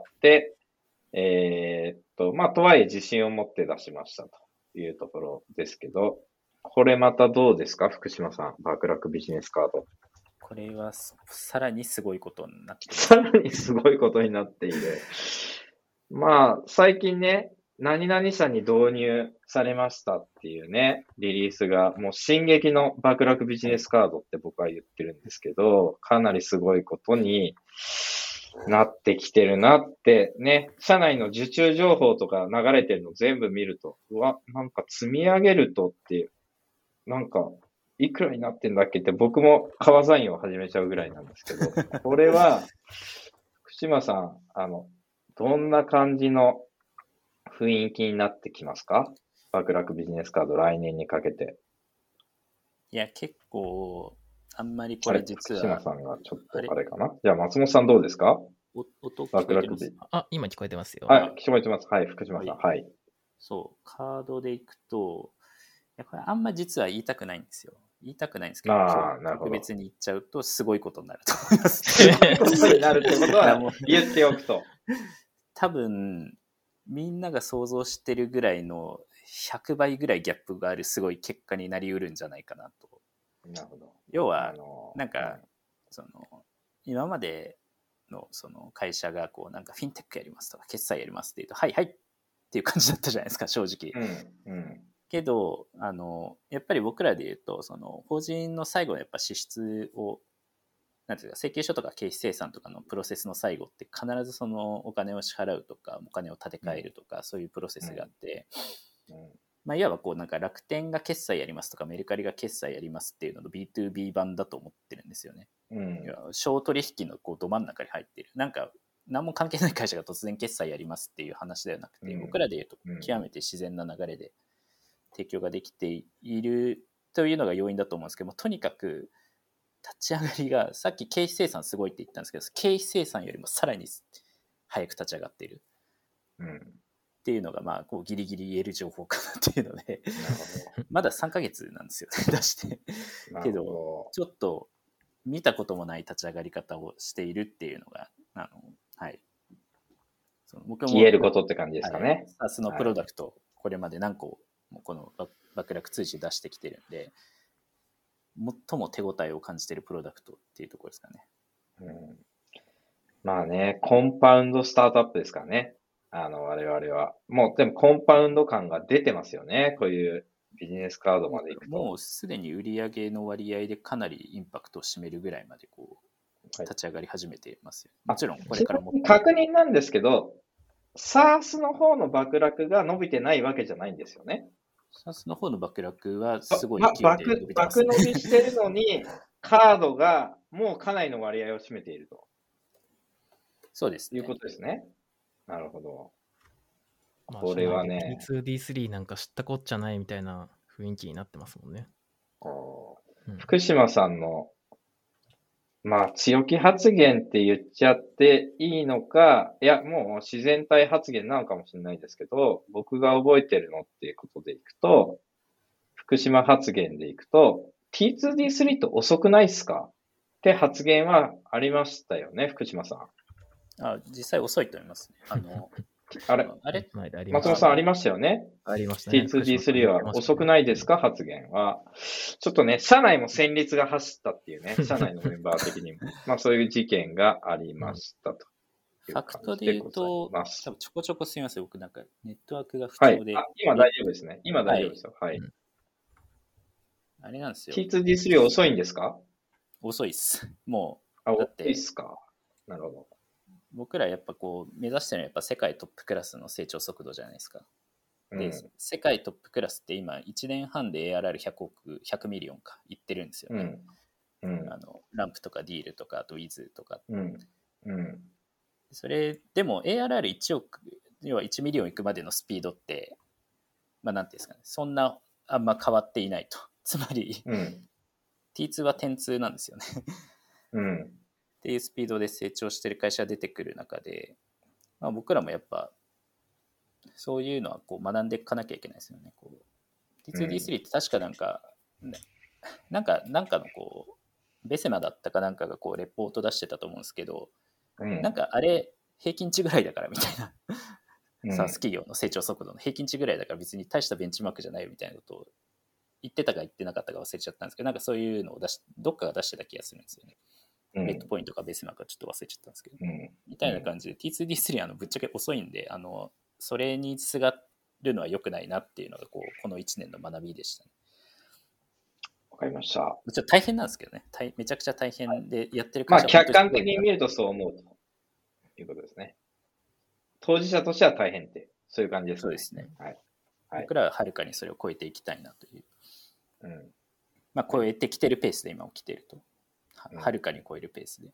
まあ、とはいえ自信を持って出しましたというところですけど、これまたどうですか、福島さん、爆落ビジネスカード。 これはさらにすごいことになっている。 さらにすごいことになっている。まあ、最近ね、何々社に導入されましたっていうね、リリースが、もう進撃の爆落ビジネスカードって僕は言ってるんですけど、かなりすごいことになってきてるなってね、社内の受注情報とか流れてるの全部見ると、うわ、なんか積み上げるとっていう、なんか、いくらになってんだっけって僕も川ザインを始めちゃうぐらいなんですけど、これは、福島さん、どんな感じの雰囲気になってきますか？爆落ビジネスカード来年にかけて。 いや、結構、あんまりこれ実は。 福島さんがちょっとあれかな。じゃあ松本さんどうですか？ 音聞こえてます？ 今聞こえてますよ。 はい、聞こえてます。はい、福島さん。はい。 そう、カードでいくと、いやこれあんま実は言いたくないんですよ。言いたくないんですけど、 なるほど。 特別に言っちゃうとすごいことになると思います。 すごいことになるってことは言っておくと。 多分、みんなが想像してるぐらいの100倍ぐらいギャップがあるすごい結果になりうるんじゃないかなと。 なるほど。 要は、なんか、その、今までのその会社がこうなんかフィンテックやりますとか決済やりますって言うとはいはいっていう感じだったじゃないですか正直、けどやっぱり僕らで言うとその法人の最後のやっぱ支出をなんていうか請求書とか経費精算とかのプロセスの最後って必ずそのお金を支払うとかお金を立て替えるとか、そういうプロセスがあって、まあ、いわばこうなんか楽天が決済やりますとかメルカリが決済やりますっていうのの B2B 版だと思ってるんですよね。小取引のこうど真ん中に入っているなんか何も関係ない会社が突然決済やりますっていう話ではなくて、僕らでいうと極めて自然な流れで提供ができているというのが要因だと思うんですけども、とにかく立ち上がりがさっき経費精算すごいって言ったんですけど経費精算よりもさらに早く立ち上がっている、っていうのがまあこうギリギリ言える情報かなっていうのでまだ3ヶ月なんですよね出してけどちょっと見たこともない立ち上がり方をしているっていうのがはい、 僕も消えることって感じですかね。 SaaSのプロダクト、これまで何個もこのバックラック通知出してきてるんで最も手応えを感じているプロダクトっていうところですかね。 まあね、コンパウンドスタートアップですからね。我々は。もうでもコンパウンド感が出てますよね。こういうビジネスカードまでいくと。 もうすでに売上の割合でかなりインパクトを占めるぐらいまでこう立ち上がり始めていますよ。もちろんこれからも。 確認なんですけど、SaaS の方のバックラックが伸びてないわけじゃないんですよね。 SaaS の方のバックラックはすごい勢いで伸びてます、ね。バク伸びしてるのに、カードがもうかなりの割合を占めていると。 そうですね。 いうことですね。なるほど。 まあ、 これはね。 P2D3 なんか知ったこっちゃないみたいな雰囲気になってますもんね。 福島さんの、まあ、強気発言って言っちゃっていいのか、いや、もう自然体発言なのかもしれないですけど、僕が覚えてるのっていうことでいくと、福島発言でいくと、T2D3 と遅くないっすかって発言はありましたよね、福島さん。 実際遅いと思いますね。 あれ松本さんありましたよね。 ありましたね。 T2D3 は遅くないですか発言は。ちょっとね、社内も戦慄が走ったっていうね、社内のメンバー的にも、まあそういう事件がありましたと。 ファクトで言うと、多分ちょこちょこすみません。僕なんかネットワークが不調で。 はい、今大丈夫ですね。今大丈夫ですよ。はい。 あれなんですよ。 T2D3 遅いんですか？ 遅いっす。もう。遅いっすか。なるほど。 僕らやっぱこう目指してるのはやっぱ世界トップクラスの成長速度じゃないですか。で、世界トップクラスって今1年半で ARR100 億、100ミリオンかいってるんですよね。ランプとかディールとかあとウィズとか。それでも ARR1 億、要は1ミリオンいくまでのスピードって、まあなんていうんですかね、そんなあんま変わっていないと。つまり、T2 は10-2なんですよね。っていうスピードで成長してる会社が出てくる中で、まあ、僕らもやっぱそういうのはこう学んでいかなきゃいけないですよね。T2D3 って確かなんかのこうベセマだったかなんかがこうレポート出してたと思うんですけど、なんかあれ平均値ぐらいだからみたいなSaaS企業の成長速度の平均値ぐらいだから別に大したベンチマークじゃないみたいなことを言ってたか言ってなかったか忘れちゃったんですけど、なんかそういうのをどっかが出してた気がするんですよね。レッドポイントかベースマークかちょっと忘れちゃったんですけど、みたいな感じで T2D3 ぶっちゃけ遅いんでそれにすがるのは良くないなっていうのがこの1年の学びでしたね。 わかりました。ちょっと大変なんですけどね、めちゃくちゃ大変でやってる会社は、まあ客観的に見るとそう思うということですね。当事者としては大変ってそういう感じですね。 そうですね。 はい。 僕らははるかにそれを超えていきたいなという。まあ超えてきてるペースで今起きていると。はるかに超えるペースで。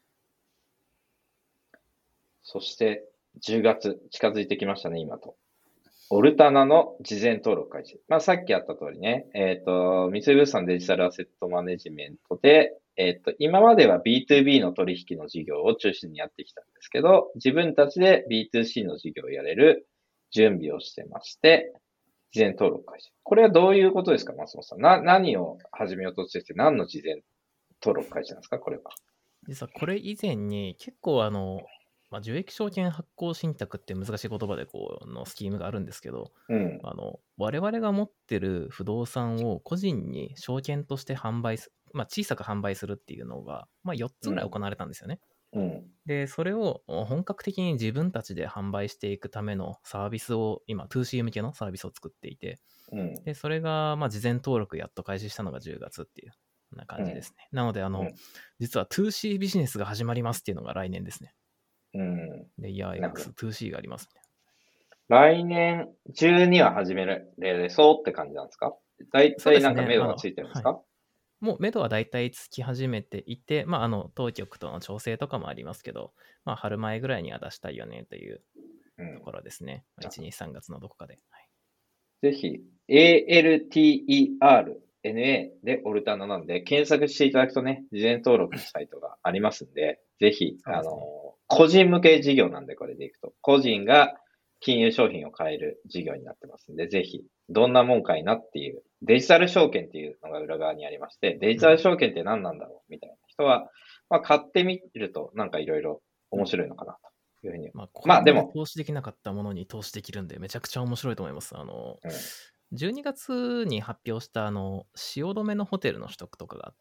そして10月近づいてきましたね、今と。オルタナの事前登録開始。まあさっきあった通りね、三井物産デジタルアセットマネジメントで、今までは B2B の取引の事業を中心にやってきたんですけど、自分たちで B2C の事業をやれる準備をしてまして、事前登録開始。これはどういうことですか、松本さん。何を始めようとしてて、何の事前登録開始なんですか、これは。 実はこれ以前に結構受益証券発行信託って難しい言葉でのスキームがあるんですけど、我々が持ってる不動産を個人に証券として販売す、小さく販売するっていうのが、4つぐらい行われたんですよね。で、それを本格的に自分たちで販売していくためのサービスを、今 2C 向けのサービスを作っていて、で、それが事前登録やっと開始したのが10月っていうな感じですね。なので実は 2C ビジネスが始まりますっていうのが来年ですね。レイヤー X2C がありますね。 来年中には始められそうって感じなんですか？大体なんか目処がついてるんですか？ もう目処は大体つき始めていて、当局との調整とかもありますけど、春前ぐらいには出したいよねというところですね。1、2、3月のどこかで。 ぜひ、ALTERNA でオルタナなんで、検索していただくとね、事前登録のサイトがありますんで、ぜひ、個人向け事業なんで、これでいくと。個人が金融商品を買える事業になってますんで、ぜひ、どんなもんかいなっていう、デジタル証券っていうのが裏側にありまして、デジタル証券って何なんだろうみたいな人は、買ってみると、なんかいろいろ面白いのかなというふうに。 でも、投資できなかったものに投資できるんで、めちゃくちゃ面白いと思います。12月に発表した汐留のホテルの取得とかがあって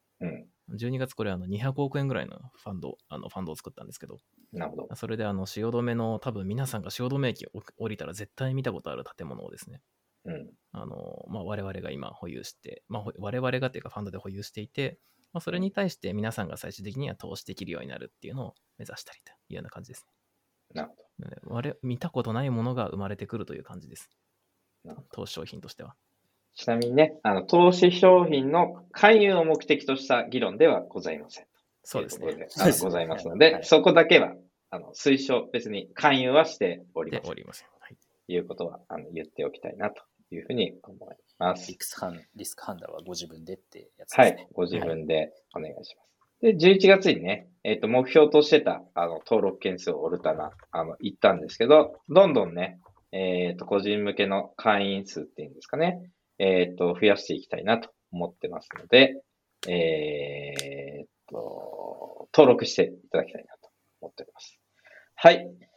、12月これ200億円ぐらいのファンドを作ったんですけど、 なるほど。 それで汐留の多分皆さんが汐留駅を降りたら絶対見たことある建物をですね、我々が今保有して、我々がっていうかファンドで保有していて、それに対して皆さんが最終的には投資できるようになるっていうのを目指したりというような感じですね。なるほど。見たことないものが生まれてくるという感じです。投資商品としては。 ちなみにね、投資商品の勧誘を目的とした議論ではございません。 そうですね。 ございますので、そこだけは、推奨、別に勧誘はしておりません。いうことは、言っておきたいなというふうに思います。 リスクハンダーはご自分でってやつですね。はい、ご自分でお願いします。で、11月にね、目標としてた、登録件数をオルタナ、言ったんですけど、どんどんね、個人向けの会員数っていうんですかね、増やしていきたいなと思ってますので、登録していただきたいなと思っております。はい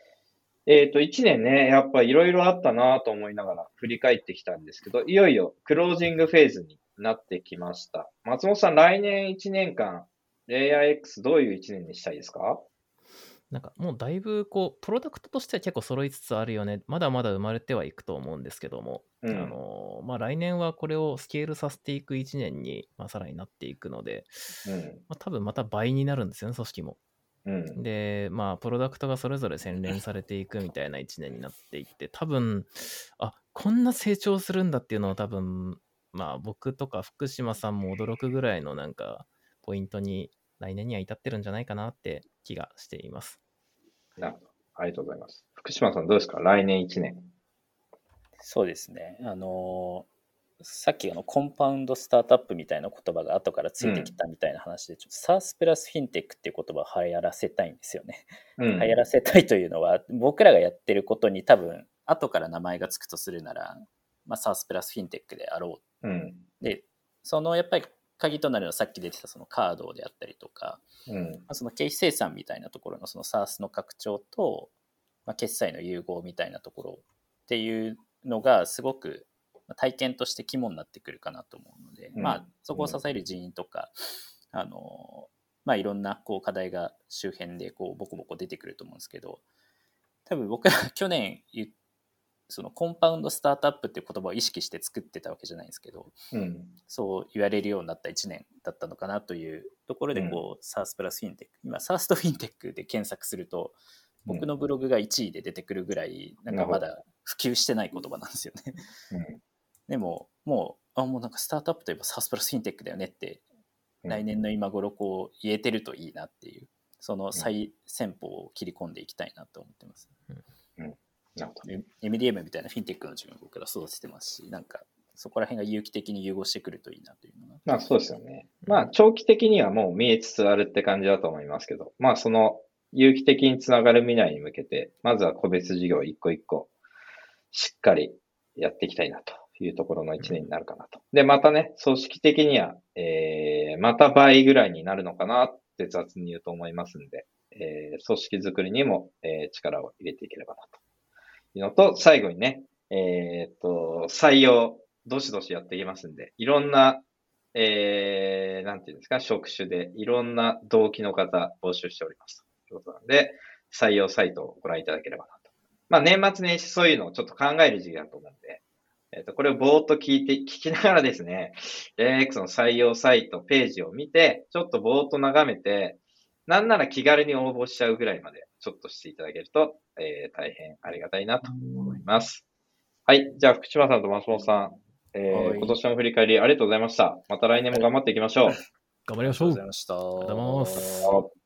。1年ね、やっぱいろいろあったなと思いながら振り返ってきたんですけど、いよいよクロージングフェーズになってきました。松本さん、来年1年間、レイヤー X どういう1年にしたいですか？ なんかもうだいぶプロダクトとしては結構揃いつつあるよね。まだまだ生まれてはいくと思うんですけども、来年はこれをスケールさせていく1年に、さらになっていくので、多分また倍になるんですよね、組織も。で、プロダクトがそれぞれ洗練されていくみたいな1年になっていって、多分、こんな成長するんだっていうのを多分、僕とか福島さんも驚くぐらいのなんか、ポイントに来年には至ってるんじゃないかなって気がしています。 なるほど。ありがとうございます。福島さんどうですか？来年1年。 そうですね。さっきコンパウンドスタートアップみたいな言葉が後からついてきたみたいな話で、ちょっと SaaS プラスフィンテックっていう言葉を流行らせたいんですよね。流行らせたいというのは、僕らがやってることに多分後から名前がつくとするなら、SaaS プラスフィンテックであろう。で、やっぱり鍵となるのはさっき出てたそのカードであったりとか、その経費生産みたいなところのその SaaS の拡張と、決済の融合みたいなところっていうのがすごく体験として肝になってくるかなと思うので、そこを支える人員とか、いろんな課題が周辺でボコボコ出てくると思うんですけど、多分僕ら去年そのコンパウンドスタートアップっていう言葉を意識して作ってたわけじゃないんですけど、そう言われるようになった1年だったのかなというところでSaaS プラスフィンテック、今 SaaS とフィンテックで検索すると僕のブログが1位で出てくるぐらいなんかまだ普及してない言葉なんですよね。でももうなんかスタートアップといえば SaaS プラスフィンテックだよねって来年の今頃言えてるといいなっていう、その最先鋒を切り込んでいきたいなと思ってます。MDM みたいなフィンテックの自分を僕ら育ててますし、なんかそこら辺が有機的に融合してくるといいなというのが。 そうですよね。長期的にはもう見えつつあるって感じだと思いますけど、その有機的につながる未来に向けて、まずは個別事業一個一個しっかりやっていきたいなというところの1年になるかなと。で、またね、組織的には、また倍ぐらいになるのかなって雑に言うと思いますんで、組織づくりにも、力を入れていければなというのと、最後にね、採用、どしどしやっていきますんで、いろんな、なんていうんですか、職種でいろんな動機の方募集しておりますということなんで、採用サイトをご覧いただければなと。まあ、年末年始そういうのをちょっと考える時期だと思うんで、これをぼーっと聞きながらですね、LX の採用サイト、ページを見て、ちょっとぼーっと眺めて、なんなら気軽に応募しちゃうぐらいまで、ちょっとしていただけると、大変ありがたいなと思います。はい。じゃあ、福島さんと松本さん、今年の振り返りありがとうございました。また来年も頑張っていきましょう。 頑張りましょう。 ありがとうございました。 ありがとうございます。